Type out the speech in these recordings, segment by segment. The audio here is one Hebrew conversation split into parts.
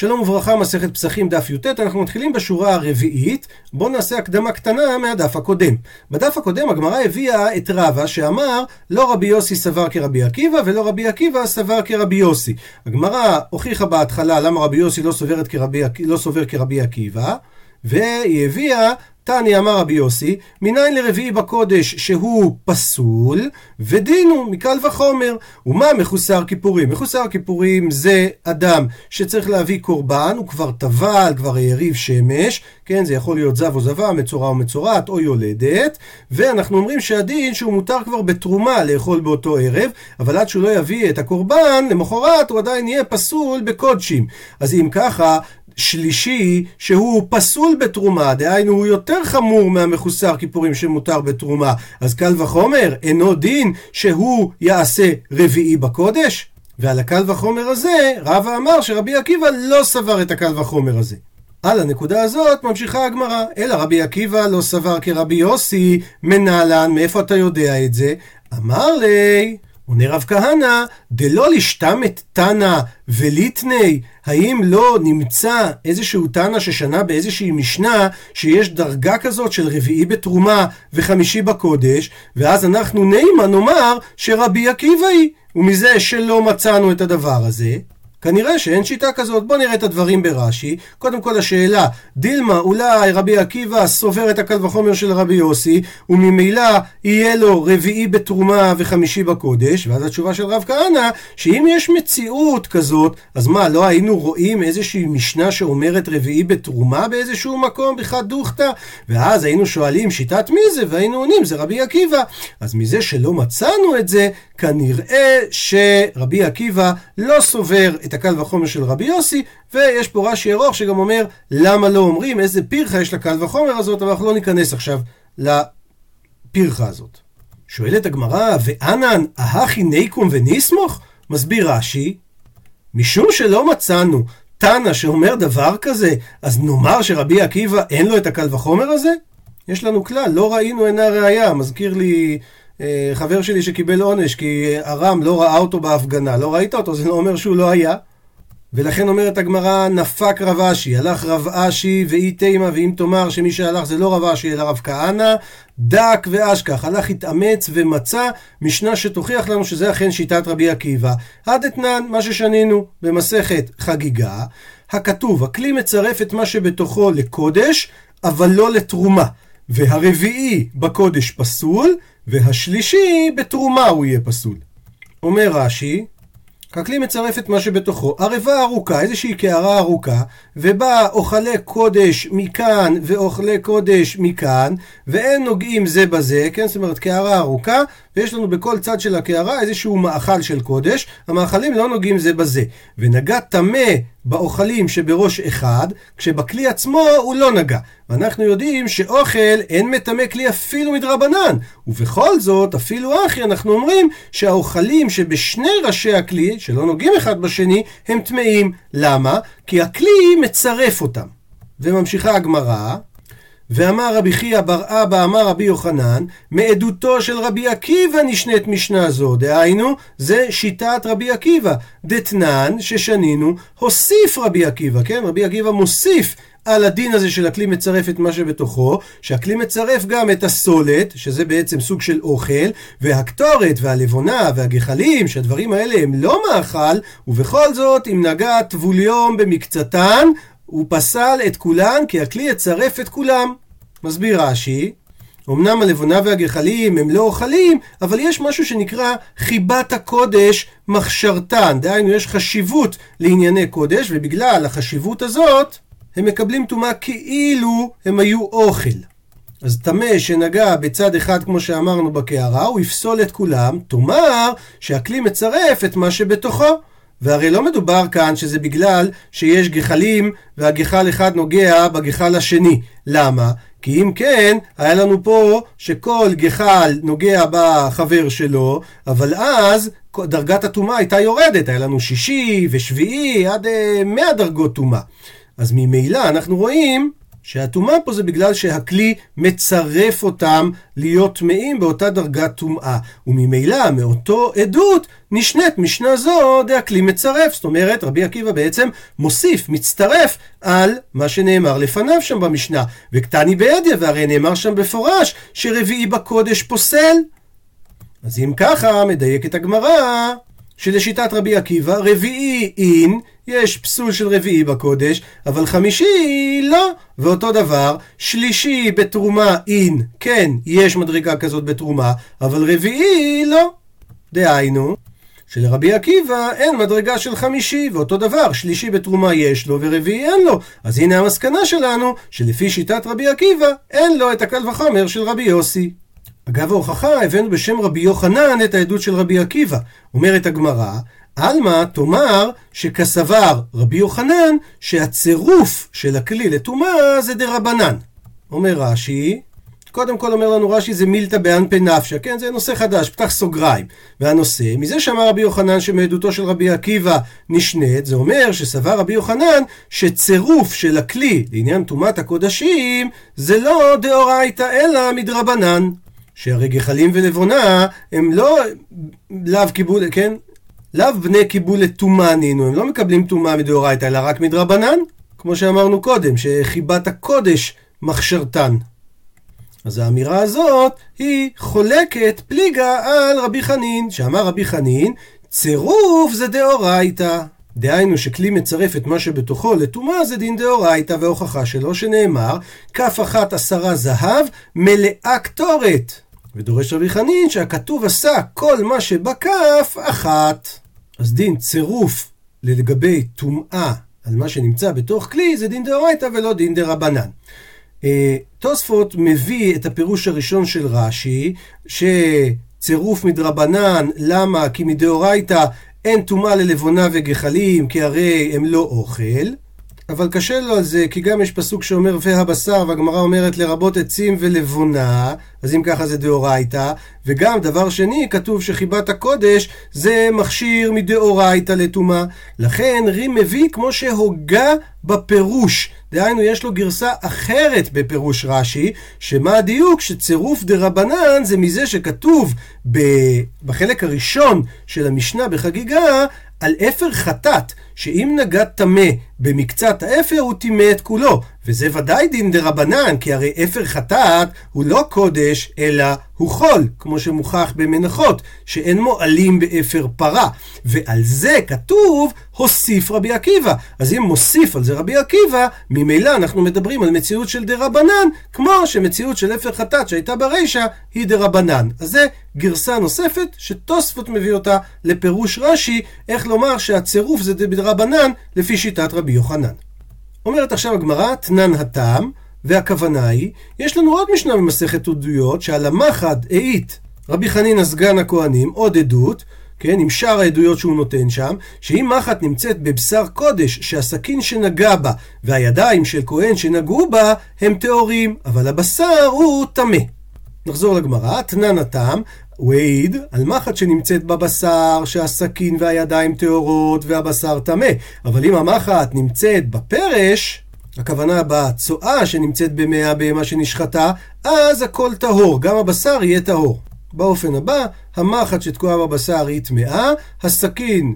שלום וברכה, מסכת פסחים דף י"ט, אנחנו מתחילים בשורה הרביעית. בואו נעשה הקדמה קטנה מהדף הקודם. בדף הקודם הגמרא הביאה את רבא שאמר לא רבי יוסי סבר כרבי עקיבא ולא רבי עקיבא סבר כרבי יוסי. הגמרא הוכיחה בהתחלה למה רבי יוסי לא סובר כרבי עקיבא, והיא הביאה תני אמר רבי יוסי, מניין לרביעי בקודש שהוא פסול, ודינו מקל וחומר. ומה מחוסר כיפורים? מחוסר כיפורים זה אדם שצריך להביא קורבן, הוא כבר טבל, כבר העריב שמש, כן, זה יכול להיות זב או זבה, מצורע או מצורעת, או יולדת, ואנחנו אומרים שהדין שהוא מותר כבר בתרומה לאכול באותו ערב, אבל עד שהוא לא יביא את הקורבן, למחרת הוא עדיין יהיה פסול בקודשים. אז אם ככה, שלישי שהוא פסול בתרומה, דהיינו הוא יותר חמור מהמחוסר כיפורים שמותר בתרומה, אז קל וחומר אינו דין שהוא יעשה רביעי בקודש. ועל הקל וחומר הזה רבא אמר שרבי עקיבא לא סבר את הקל וחומר הזה. על הנקודה הזאת ממשיכה הגמרא, אלא רבי עקיבא לא סבר כרבי יוסי מנהלן. מאיפה אתה יודע את זה? אמר לי, עונה רב כהנא, דלא לשתמת תנא וליתני, האם לא נמצא איזשהו תנא ששנה באיזושהי משנה שיש דרגה כזאת של רביעי בתרומה וחמישי בקודש, ואז אנחנו נעימה נאמר שרבי עקיבא היא, ומזה שלא מצאנו את הדבר הזה כנראה שאין שיטה כזאת. בוא נראה את הדברים ברש"י. קודם כל השאלה, דילמה אולי רבי עקיבא סובר את הקל וחומר של רבי יוסי, וממילא יהיה לו רביעי בתרומה וחמישי בקודש, ואז התשובה של רב כהנא, שאם יש מציאות כזאת, אז מה, לא היינו רואים איזושהי משנה שאומרת רביעי בתרומה באיזשהו מקום בחד דוכתא? ואז היינו שואלים שיטת מי זה, והיינו עונים זה רבי עקיבא. אז מזה שלא מצאנו את זה, כנראה שרבי עקיבא לא סובר את הקל וחומר של רבי יוסי, ויש פה רש"י ארוך שגם אומר למה לא אומרים, איזה פרחה יש לקל וחומר הזאת, אבל אנחנו לא ניכנס עכשיו לפרחה הזאת. שואלת הגמרא, ואנן אהכי ניקום ונסמוך? מסביר רש"י, משום שלא מצאנו תנא שאומר דבר כזה, אז נאמר שרבי עקיבא אין לו את הקל וחומר הזה? יש לנו כלל, לא ראינו אינה ראיה. מזכיר לי חבר שלי שקיבל עונש כי הרם לא ראה אותו בהפגנה. לא ראית אותו, זה לא אומר שהוא לא היה. ולכן אומרת הגמרא, נפק רב אשי, הלך רב אשי ואי תימה, ואם תאמר שמי שהלך זה לא רב אשי אלא רב כהנא, דק ואשכח, הלך התאמץ ומצא משנה שתוכיח לנו שזה אכן שיטת רבי עקיבא. עד אתנן, מה ששנינו במסכת חגיגה, הכתוב, הכלי מצרף את מה שבתוכו לקודש אבל לא לתרומה, והרביעי בקודש פסול, והשלישי בתרומה הוא יהיה פסול. אומר רש"י, הכלי מצרף את מה שבתוכו, ערבה ארוכה, איזושהי קערה ארוכה, ובה אוכלי קודש מכאן ואוכלי קודש מכאן, ואין נוגעים זה בזה, כן? זאת אומרת קערה ארוכה, ויש לנו בכל צד של הקערה איזשהו מאכל של קודש, המאכלים לא נוגעים זה בזה, ונגע טמא באוכלים שבראש אחד, כשבכלי עצמו הוא לא נגע. ואנחנו יודעים שאוכל אין מטמא כלי אפילו מדרבנן, ובכל זאת אפילו אחי אנחנו אומרים שהאוכלים שבשני ראשי הכלי שלא נוגעים אחד בשני הם טמאים. למה? כי הכלי מצרף אותם. וממשיכה הגמרא, ואמר רבי חייא בר אבא אמר רבי יוחנן, מעדותו של רבי עקיבא נשנית משנה זו, דהיינו זה שיטת רבי עקיבא, דתנן ששנינו הוסיף רבי עקיבא, כן? רבי עקיבא מוסיף על הדין הזה של הכלי מצרף את מה שבתוכו, שהכלי מצרף גם את הסולת, שזה בעצם סוג של אוכל, והקטורת והלבונה והגחלים, שהדברים האלה הם לא מאכל, ובכל זאת אם נגע טבוליום במקצתן, הוא פסל את כולן כי הכלי יצרף את כולם. מסביר רש"י, אמנם הלבונה והגחלים הם לא אוכלים, אבל יש משהו שנקרא חיבת הקודש מחשרתן, דהיינו יש חשיבות לענייני קודש, ובגלל החשיבות הזאת הם מקבלים טומאה כאילו הם היו אוכל. אז טמא שנגע בצד אחד כמו שאמרנו בקערה, הוא יפסול את כולם, תאמר שהכלי מצרף את מה שבתוכו. והרי לא מדובר כאן שזה בגלל שיש גחלים והגחל אחד נוגע בגחל השני. למה? כי אם כן, היה לנו פה שכל גחל נוגע בחבר שלו, אבל אז דרגת הטומאה הייתה יורדת, היה לנו שישי ושביעי עד 100 דרגות טומאה. אז ממילא אנחנו רואים שהטומאה פה זה בגלל שהכלי מצרף אותם להיות טמאים באותה דרגת טומאה, וממילא מאותו עדות נשנית משנה זו דהכלי מצרף. זאת אומרת, רבי עקיבא בעצם מוסיף, מצטרף על מה שנאמר לפניו שם במשנה. וקטני בידיה, והרי נאמר שם בפורש שרביעי בקודש פוסל. אז אם ככה מדייקת הגמרא שלשיטת רבי עקיבא רביעי אין, יש פסול של רביעי בקודש, אבל חמישי לא. ואותו דבר, שלישי בתרומה אין, כן, יש מדרגה כזאת בתרומה, אבל רביעי לא. דהיינו, שלרבי עקיבא אין מדרגה של חמישי, ואותו דבר, שלישי בתרומה יש לו ורביעי אין לו. אז הנה המסקנה שלנו, שלפי שיטת רבי עקיבא, אין לו את הקל וחומר של רבי יוסי. אגב ההוכחה, הבאנו בשם רבי יוחנן את העדות של רבי עקיבא. אומרת הגמרא, אלמה תאמר שכסבר רבי יוחנן שהצירוף של הכלי לטומאה זה דרבנן. אומר רש"י, קודם כל אומר לנו רש"י זה מילתא באנפי נפשא, כן, זה נושא חדש, פתח סוגריים. והנושא, מזה שאמר רבי יוחנן שמעדותו של רבי עקיבא נשנית, זה אומר שסבר רבי יוחנן שצירוף של הכלי לעניין טומאת הקודשים זה לא דאורייתא אלא מדרבנן. שהרי גחלים ולבונה הם לאו קיבול, כן? לאו בני קיבול לטומאה נינו, הם לא מקבלים טומאה מדאורייתא אלא רק מדרבנן, כמו שאמרנו קודם, שחיבת הקודש מכשירתן. אז האמירה הזאת היא חולקת פליגה על רבי חנין, שאמר רבי חנין, צירוף זה דאורייתא. דהיינו שכלי מצרף את מה שבתוכו לטומאה זה דין דאורייתא, והוכחה שלו שנאמר, כף אחת 10 זהב מלאה קטורת. ודורש רבי חנין שהכתוב עשה כל מה שבכף אחת. אז דין צירוף לגבי טומאה על מה שנמצא בתוך כלי זה דין דאורייתא ולא דין דרבנן. תוספות מביא את הפירוש הראשון של רש"י, שצירוף מדרבנן, למה? כי מדאורייתא אין טומאה ללבונה וגחלים, כי הרי הם לא אוכל. אבל קשה לו על זה, כי גם יש פסוק שאומר והבשר, והגמרא אומרת לרבות עצים ולבונה, אז אם ככה זה דאורייתא. וגם דבר שני, כתוב שחיבת הקודש זה מכשיר מדאורייתא לטומאה. לכן רי מביא כמו שהוגה בפירוש, דהיינו יש לו גרסה אחרת בפירוש רש"י, שמה הדיוק? שצירוף דרבנן זה מזה שכתוב בחלק הראשון של המשנה בחגיגה על אפר חטאת, שאם נגע טמא במקצת האפר הוא טימא את כולו, וזה ודאי דין דרבנן, כי הרי אפר חטאת הוא לא קודש אלא הוא חול, כמו שמוכח במנחות, שאין מועלים באפר פרה, ועל זה כתוב הוסיף רבי עקיבא. אז אם מוסיף על זה רבי עקיבא, ממילא אנחנו מדברים על מציאות של דרבנן, כמו שמציאות של אפר חטאת שהייתה ברישה היא דרבנן. אז זה גרסה נוספת שתוספות מביא אותה לפירוש רש"י, איך לומר שהצירוף זה דרבנן לפי שיטת רבי יוחנן. אומרת עכשיו הגמרא, תנן הטעם, והכוונה היא, יש לנו עוד משנה במסכת עדויות, שעל המחד העית רבי חנינא סגן הכהנים, עוד עדות, כן, עם שאר העדויות שהוא נותן שם, שאם מחט נמצאת בבשר קודש שהסכין שנגע בה והידיים של כהן שנגעו בה הם טהורים, אבל הבשר הוא טמא. נחזור לגמרא, תנן הטעם, הוא העיד על מחט שנמצאת בבשר שהסכין והידיים טהורות והבשר טמא. אבל אם המחט נמצאת בפרש, הכוונה בצואה שנמצאת במי הבהמה שנשחטה, אז הכל טהור, גם הבשר יהיה טהור. באופן הבא, המחט שתקועה בבשר היא טמאה, הסכין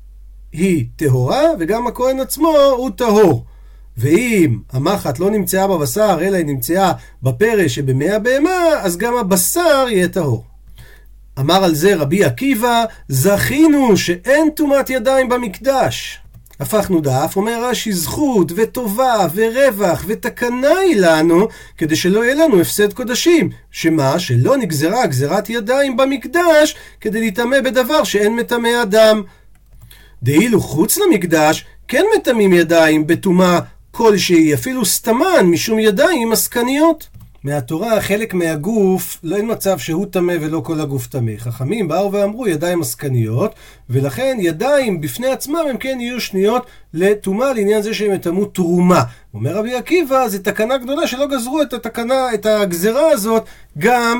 היא טהורה, וגם הכהן עצמו הוא טהור. ואם המחט לא נמצאה בבשר, אלא היא נמצאה בפרש שבמי הבהמה, אז גם הבשר יהיה טהור. אמר על זה רבי עקיבא, זכינו שאין טומאת ידיים במקדש. הפכנו דף, אומר רש"י, זכות וטובה ורווח ותקנה היא לנו, כדי שלא יהיה לנו הפסד קודשים. שמה? שלא נגזרה גזרת ידיים במקדש, כדי להתאמה בדבר שאין מטמא אדם. דאילו חוץ למקדש, כן מטמאים ידיים בטומאה כלשהי, אפילו סתמן משום ידיים עסקניות. מהתורה חלק מהגוף לא אין מצב שהוא טמא ולא כל הגוף טמא. חכמים באו ואמרו ידיים עסקניות, ולכן ידיים בפני עצמם הם כן יהיו שניות לטומאה, לעניין זה שהם יטמאו תרומה. אומר רבי עקיבא, זו תקנה גדולה שלא גזרו את הגזרה הזאת גם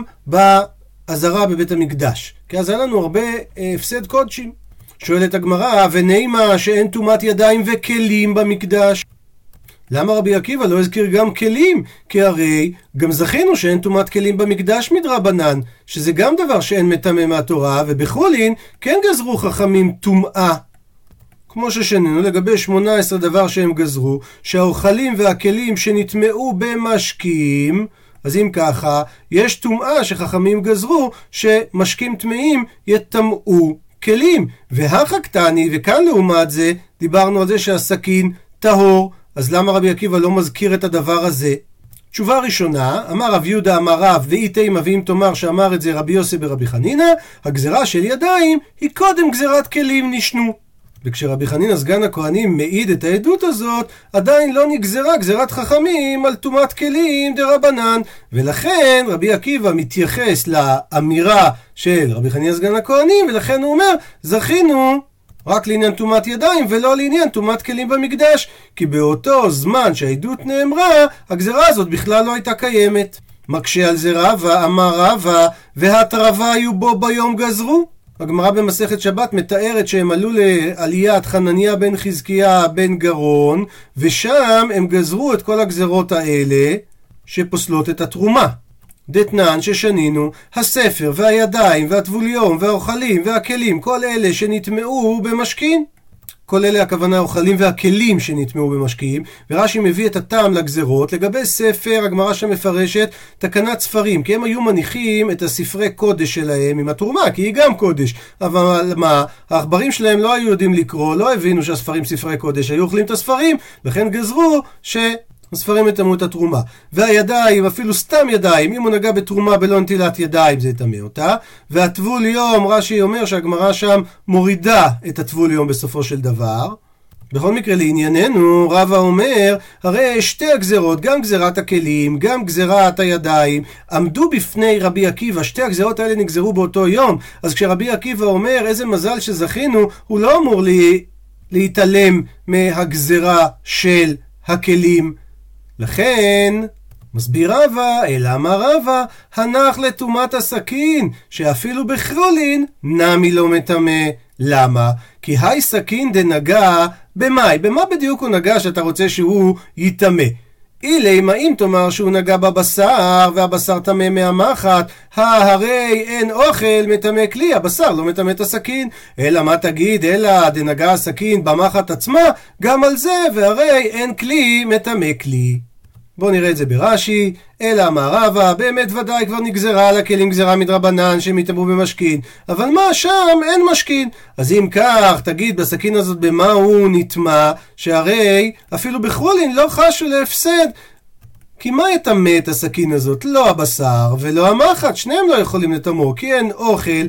בעזרה בבית המקדש, כי אז היה לנו הרבה הפסד קודשים. שואלת הגמרא, ונימה שאין טומאת ידיים וכלים במקדש? למה רבי עקיבא לא הזכיר גם כלים? כי הרי גם זכינו שאין טומאת כלים במקדש מדרבנן, שזה גם דבר שאין מטמא מהתורה, ובחולין כן גזרו חכמים טומאה. כמו ששנינו לגבי 18 דבר שהם גזרו, שהאוכלים והכלים שנטמאו במשקים, אז אם ככה, יש טומאה שחכמים גזרו שמשקים טמאים יטמאו כלים. והחקטני, וכאן לעומת זה, דיברנו על זה שהסכין טהור, אז למה רבי עקיבא לא מזכיר את הדבר הזה? תשובה ראשונה, אמר רב יהודה אמר רב, ואיתי מביאים תאמר שאמר את זה רבי יוסי ברבי חנינא, הגזרה של ידיים היא קודם גזרת כלים נשנו. וכשרבי חנינא סגן הכהנים מעיד את העדות הזאת, עדיין לא נגזרה גזרת חכמים על טומאת כלים דרבנן, ולכן רבי עקיבא מתייחס לאמירה של רבי חנינא סגן הכהנים, ולכן הוא אומר, זכינו רק לעניין טומאת ידיים ולא לעניין טומאת כלים במקדש, כי באותו זמן שהעדות נאמרה, הגזרה הזאת בכלל לא הייתה קיימת. מקשה על זה רבא, אמר רבא, והתרבה היו בו ביום גזרו. הגמרא במסכת שבת מתארת שהם עלו לעליית חנניה בן חזקיה בן גרון, ושם הם גזרו את כל הגזרות האלה שפוסלות את התרומה. דתנן ששנינו, הספר והידיים והטבוליום והאוכלים והכלים, כל אלה שנטמאו במשכין. כל אלה הכוונה האוכלים והכלים שנטמאו במשקים, ורש"י מביא את הטעם לגזרות. לגבי ספר, הגמרא שמפרשת תקנת ספרים, כי הם היו מניחים את הספרי קודש שלהם עם התרומה, כי היא גם קודש. אבל מה? העכברים שלהם לא היו יודעים לקרוא, לא הבינו שהספרים ספרי קודש, היו אוכלים את הספרים, לכן גזרו הספרים יטמאו את התרומה. והידיים, אפילו סתם ידיים, אם הוא נגע בתרומה בלא נטילת ידיים, זה יטמא אותה. והטבול יום, רש"י אומר שהגמרא שם מורידה את הטבול יום בסופו של דבר. בכל מקרה לענייננו, רבא אומר, הרי שתי הגזרות, גם גזרת הכלים, גם גזרת הידיים, עמדו בפני רבי עקיבא. שתי הגזרות האלה נגזרו באותו יום. אז כשרבי עקיבא אומר, איזה מזל שזכינו, הוא לא אמור להתעלם מהגזרה של הכלים. לכן, מסביר רבא, אלא אמר רבא, הנח לטומאת הסכין, שאפילו בחולין נמי לא מטמא. למה? כי היי סכין דנגע במאי. במה בדיוק הוא נגע שאתה רוצה שהוא יטמא? אילי, מה אם תאמר שהוא נגע בבשר, והבשר טמא מהמחט, הרי אין אוכל מטמא כלי, הבשר לא מטמא את הסכין. אלא מה תגיד? אלא דנגע הסכין במחט עצמה, גם על זה, והרי אין כלי מטמא כלי. בואו נראה את זה ברש"י. אלא אמר רבא, באמת ודאי כבר נגזרה על הכלים גזרה מדרבנן שהם יטמאו במשכין, אבל מה שם אין משכין. אז אם כך, תגיד בסכין הזאת במה הוא נטמא, שהרי אפילו בחולין לא חשו להפסד. כי מה יטמא את הסכין הזאת? לא הבשר ולא המחט, שניהם לא יכולים לטמא, כי אין אוכל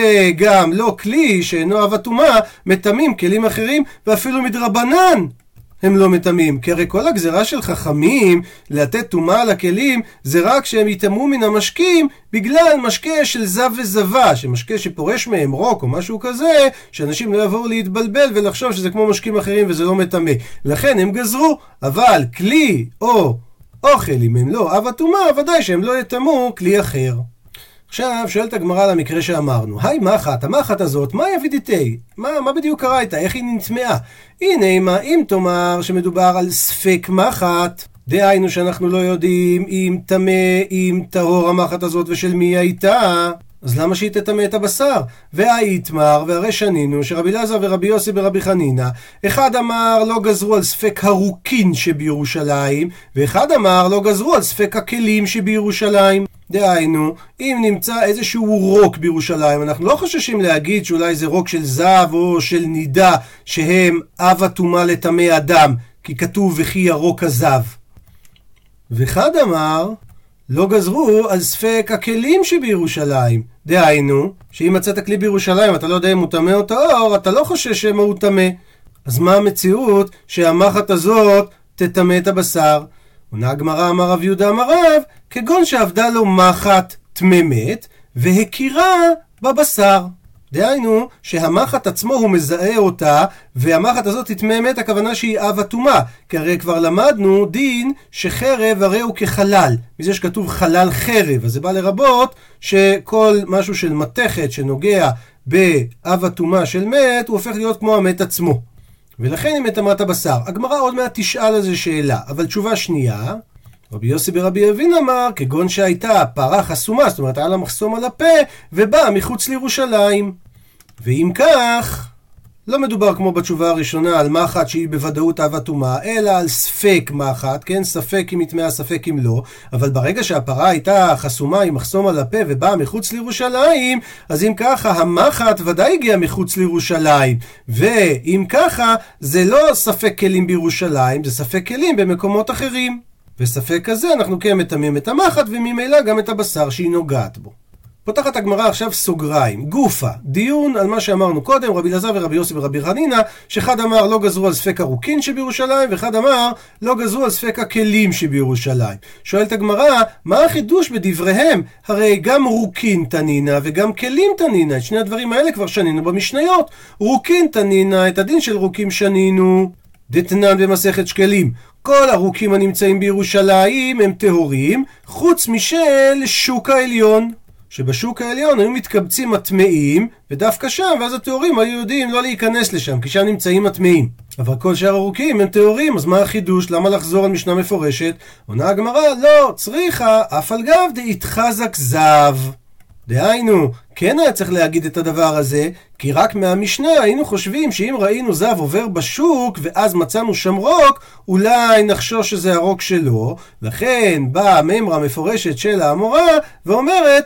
וגם לא כלי שאינו אב הטומאה מטמאים כלים אחרים, ואפילו מדרבנן הם לא מטמאים. כי הרי כל הגזרה של חכמים לתת טומאה על הכלים זה רק שהם יטמאו מן המשקים בגלל משקה של זב וזבה, שמשקה שפורש מהם רוק או משהו כזה, שאנשים לא יבואו להתבלבל ולחשוב שזה כמו משקים אחרים וזה לא מטמא. לכן הם גזרו, אבל כלי או אוכל אם הם לא אב הטומאה, ודאי שהם לא יטמאו כלי אחר. עכשיו שואלת הגמרא על המקרה שאמרנו, היי מחט, המחט הזאת, מה יבידיתי? מה בדיוק קרה איתה? איך היא נטמאה? הנה, מה אם תאמר שמדובר על ספק מחט, דהיינו שאנחנו לא יודעים אם טמא, אם טהור המחט הזאת ושל מי הייתה, אז למה שהיא תטמא את הבשר? והאיתמר, והרי שנינו שרבי אלעזר ורבי יוסי ברבי חנינא, אחד אמר לא גזרו על ספק הרוקין שבירושלים, ואחד אמר לא גזרו על ספק הכלים שבירושלים. דהיינו, אם נמצא איזשהו רוק בירושלים, אנחנו לא חוששים להגיד שאולי זה רוק של זב או של נידה שהם אב הטומאה לטמא אדם, כי כתוב וכי ירוק הזב. ואחד אמר לא גזרו על ספק הכלים שבירושלים. דהיינו, שאם מצאת כלי בירושלים אתה לא יודע אם הוא טמא או טהור, אתה לא חושש שמה הוא טמא. אז מה המציאות שהמחט הזאת תטמא את הבשר? עונה הגמרא, אמר רב יהודה אמר רב, כגון שעבדה לו מחט טמאת והכירה בבשר. דהיינו שהמחט עצמו הוא מזהה אותה, והמחט הזאת תטמאת, הכוונה שהיא אב הטומאה, כי הרי כבר למדנו דין שחרב הרי הוא כחלל, מזה שכתוב חלל חרב, אז זה בא לרבות שכל משהו של מתכת שנוגע באב הטומאה של מת הוא הופך להיות כמו המת עצמו. ולכן היא מטמאת הבשר. הגמרא עוד מעט תשאל על זה שאלה, אבל תשובה שנייה, רבי יוסי ברבי אבין אמר, כגון שהייתה פרה חסומה, זאת אומרת היה לה מחסום על הפה, ובאה מחוץ לירושלים. ואם כך, לא מדובר כמו בתשובה הראשונה על מחט שהיא בוודאות אהבה טומאה, אלא על ספק מחט, כן? ספק אם יטמאה, ספק אם לא. אבל ברגע שהפרה הייתה חסומה עם מחסום על הפה ובאה מחוץ לירושלים, אז אם ככה המחט ודאי הגיע מחוץ לירושלים. ואם ככה, זה לא ספק כלים בירושלים, זה ספק כלים במקומות אחרים. וספק כזה אנחנו כן מטמאים את המחט וממילא גם את הבשר שהיא נוגעת בו. פותחת הגמרא עכשיו סוגריים, גופה, דיון על מה שאמרנו קודם, רבי אלעזר ורבי יוסי ורבי חנינא, שאחד אמר לא גזרו על ספק הרוקין שבירושלים, ואחד אמר לא גזרו על ספק הכלים שבירושלים. שואלת הגמרא, מה החידוש בדבריהם? הרי גם רוקין תנינא וגם כלים תנינא, את שני הדברים האלה כבר שנינו במשניות. רוקין תנינא, את הדין של רוקים שנינו, דתנן במסכת שקלים. כל הרוקים הנמצאים בירושלים הם טהורים, חוץ משל שוק העליון. שבשוק העליון היו מתקבצים הטמאים, ודווקא שם, ואז הטהורים היו יודעים לא להיכנס לשם, כי שם נמצאים הטמאים. אבל כל שאר הרוקים הם טהורים, אז מה החידוש? למה לחזור על משנה מפורשת? עונה הגמרא, לא, צריכה, אף על גב דאיתחזק זב. דהיינו, כן היה צריך להגיד את הדבר הזה, כי רק מהמשנה היינו חושבים שאם ראינו זב עובר בשוק ואז מצאנו שם רוק, אולי נחשוש שזה הרוק שלו. לכן באה הממרה מפורשת של האמורה ואומרת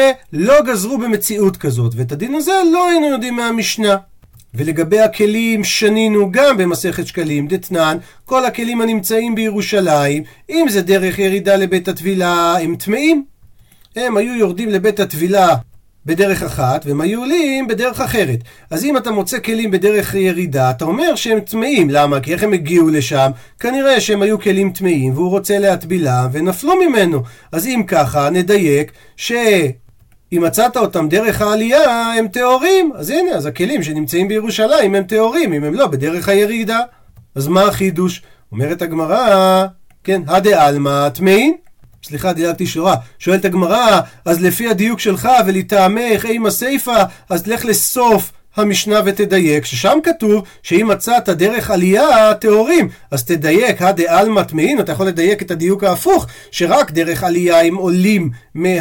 שלא גזרו במציאות כזאת, ואת הדין הזה לא היינו יודעים מהמשנה. ולגבי הכלים שנינו גם במסכת שקלים דתנן, כל הכלים הנמצאים בירושלים, אם זה דרך ירידה לבית הטבילה, הם טמאים. הם היו יורדים לבית הטבילה בדרך אחת, והם היו עולים בדרך אחרת. אז אם אתה מוצא כלים בדרך ירידה, אתה אומר שהם טמאים. למה? כי איך הם הגיעו לשם? כנראה שהם היו כלים טמאים, והוא רוצה להטבילה, ונפלו ממנו. אז אם ככה, נדייק שאם מצאת אותם דרך העלייה, הם טהורים. אז הנה, אז הכלים שנמצאים בירושלים הם טהורים, אם הם לא בדרך הירידה. אז מה החידוש? אומרת הגמרא, כן, הדעלמא טמאים. סליחה, דילגתי שורה. שואלת הגמרא, אז לפי הדיוק שלך ולטעמך אימא סייפה, אז לך לסוף המשנה ותדייק, ששם כתוב שאם מצאת דרך עלייה טהורים, אז תדייק, הדעלמא טמאים. אתה יכול לדייק את הדיוק ההפוך, שרק דרך עלייה הם עולים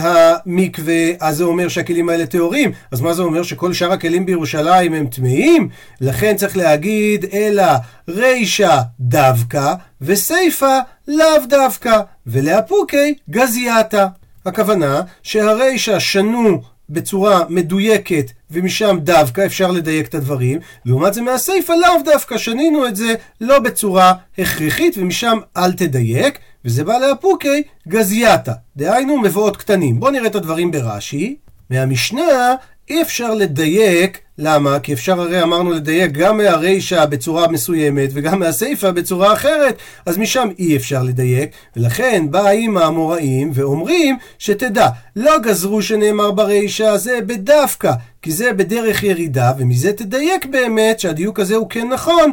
מהמקווה, אז זה אומר שהכלים האלה טהורים. אז מה זה אומר? שכל שאר הכלים בירושלים הם טמאים? לכן צריך להגיד, אלא רישה דווקא וסייפה לאו דווקא, ולאפוקי גזייתה. הכוונה שהרישה שנו בצורה מדויקת ומשם דווקא אפשר לדייק את הדברים, לעומת זה מהסייפה לאו דווקא שנינו את זה לא בצורה הכרחית ומשם אל תדייק, וזה בא לאפוקי גזייתה, דהיינו מבואות קטנים. בואו נראה את הדברים ברש"י. מהמשנה אי אפשר לדייק, למה? כי אפשר הרי אמרנו לדייק גם מהרישה בצורה מסוימת וגם מהסייפה בצורה אחרת, אז משם אי אפשר לדייק, ולכן באים האמוראים ואומרים שתדע, לא גזרו שנאמר ברישה זה בדווקא, כי זה בדרך ירידה, ומזה תדייק באמת שהדיוק הזה הוא כן נכון,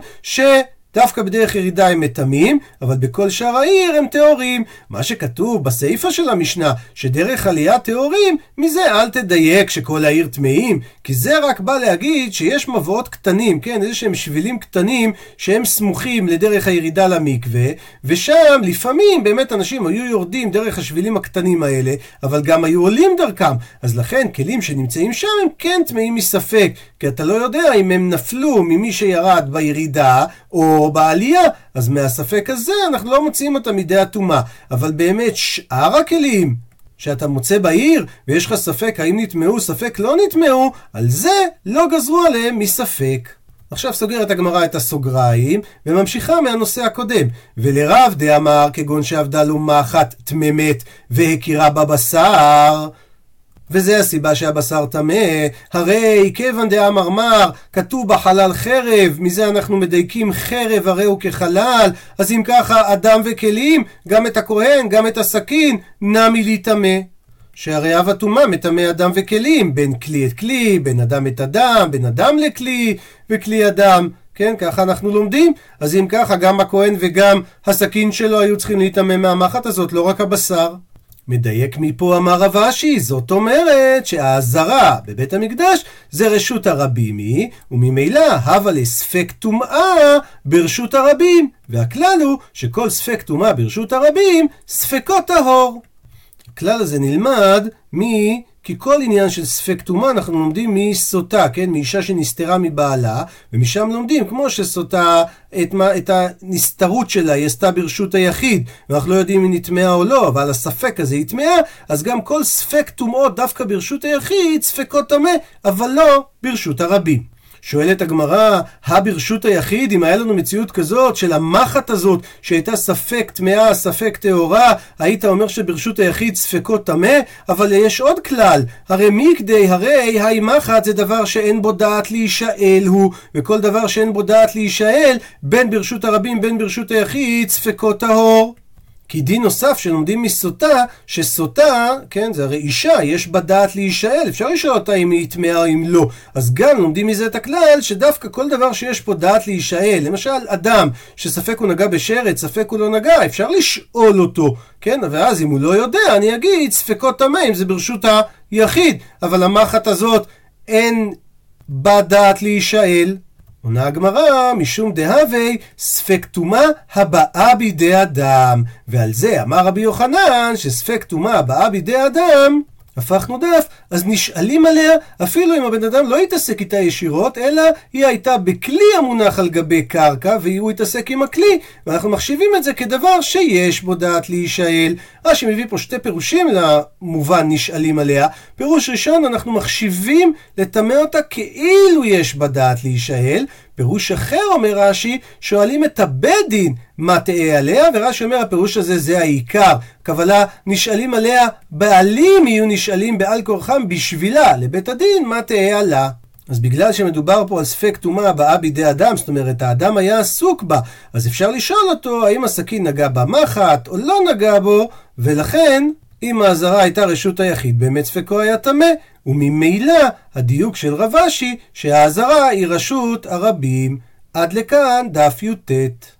דווקא בדרך ירידה הם מטמאים, אבל בכל שאר העיר הם טהורים. מה שכתוב בסייפה של המשנה, שדרך עלייה טהורים, מזה אל תדייק שכל העיר טמאים, כי זה רק בא להגיד שיש מבואות קטנים, כן, איזה שהם שבילים קטנים שהם סמוכים לדרך הירידה למקווה, ושם לפעמים באמת אנשים היו יורדים דרך השבילים הקטנים האלה, אבל גם היו עולים דרכם. אז לכן כלים שנמצאים שם הם כן טמאים מספק, כי אתה לא יודע אם הם נפלו ממי שירד בירידה או בעלייה, אז מהספק הזה אנחנו לא מוצאים אותם מידי הטומאה. אבל באמת שאר הכלים שאתה מוצא בעיר ויש לך ספק האם נטמעו, ספק לא נטמעו, על זה לא גזרו עליהם מספק. עכשיו סוגרת הגמרא את הסוגריים וממשיכה מהנושא הקודם. ולרב דאמר כגון שעבדה לו מחט תממת והכירה בבשר, וזה הסיבה שהבשר טמא. הרי כיוון דאמר מר כתוב בחלל חרב, מזה אנחנו מדייקים חרב הרי הוא כחלל, אז אם ככה אדם וכלים, גם את הכהן גם את הסכין נמי להיטמא, שהרי אב הטומאה מטמא אדם וכלים, בין כלי את כלי, בין אדם את אדם, בין אדם לכלי וכלי אדם, כן, ככה אנחנו לומדים. אז אם ככה גם הכהן וגם הסכין שלו היו צריכים להיטמא מהמחט הזאת, לא רק הבשר. מדייק מפה אמר רב אשי, זאת אומרת שהעזרה בבית המקדש זה רשות הרבים היא, וממילא הווה לספק טומאה ברשות הרבים, והכלל הוא שכל ספק טומאה ברשות הרבים ספקו טהור. הכלל הזה נלמד כי כל עניין של ספק טומאה אנחנו לומדים מסוטה, כן? מאישה שנסתרה מבעלה, ומשם לומדים כמו שסוטה את הנסתרות שלה היא עשתה ברשות היחיד, ואנחנו לא יודעים אם היא נטמעה או לא, אבל הספק הזה היא טמעה, אז גם כל ספק טומאות דווקא ברשות היחיד ספקו טמא, אבל לא ברשות הרבים. שואלת הגמרא, ברשות היחיד, אם היה לנו מציאות כזאת של המחט הזאת שהייתה ספק טמאה, ספק טהורה, היית אומר שברשות היחיד ספקו טמא? אבל יש עוד כלל, הרי מקדי, הרי היי מחט זה דבר שאין בו דעת להישאל הוא, וכל דבר שאין בו דעת להישאל, בין ברשות הרבים בין ברשות היחיד ספקו טהור. כי דין נוסף שלומדים מסוטה, שסוטה, כן, זה הרי אישה, יש בה דעת להישאל, אפשר לשאול אותה אם היא טמאה או אם לא. אז גם לומדים מזה את הכלל, שדווקא כל דבר שיש פה דעת להישאל, למשל אדם שספק הוא נגע בשרת, ספק הוא לא נגע, אפשר לשאול אותו, כן, ואז אם הוא לא יודע, אני אגיד ספקו טמא, אם זה ברשות היחיד, אבל המחט הזאת אין בה דעת להישאל. עונה הגמרא, משום דהווי ספק טומאה הבאה בידי אדם, ועל זה אמר רבי יוחנן שספק טומאה הבאה בידי אדם, הפכנו דף, אז נשאלים עליה אפילו אם הבן אדם לא יתעסק איתה ישירות, אלא היא הייתה בכלי המונח על גבי קרקע והוא יתעסק עם הכלי, ואנחנו מחשיבים את זה כדבר שיש בו דעת להישאל. רש"י מביא פה שתי פירושים למובן נשאלים עליה. פירוש ראשון, אנחנו מחשיבים לטמא אותה כאילו יש בה דעת להישאל. פירוש אחר אומר רש"י, שואלים את הבית דין מה תהיה עליה, ורש"י אומר הפירוש הזה זה העיקר, כוונה נשאלים עליה, בעלים יהיו נשאלים בעל כורחם בשבילה לבית הדין מה תהיה עלה. אז בגלל שמדובר פה על ספק טומאה הבאה בידי אדם, זאת אומרת האדם היה עסוק בה, אז אפשר לשאול אותו האם הסכין נגע במחט או לא נגע בו, ולכן אם העזרה הייתה רשות היחיד באמת ספקו היה טמא, וממילא הדיוק של רב אשי שהעזרה היא רשות הרבים. עד לכאן דף י"ט.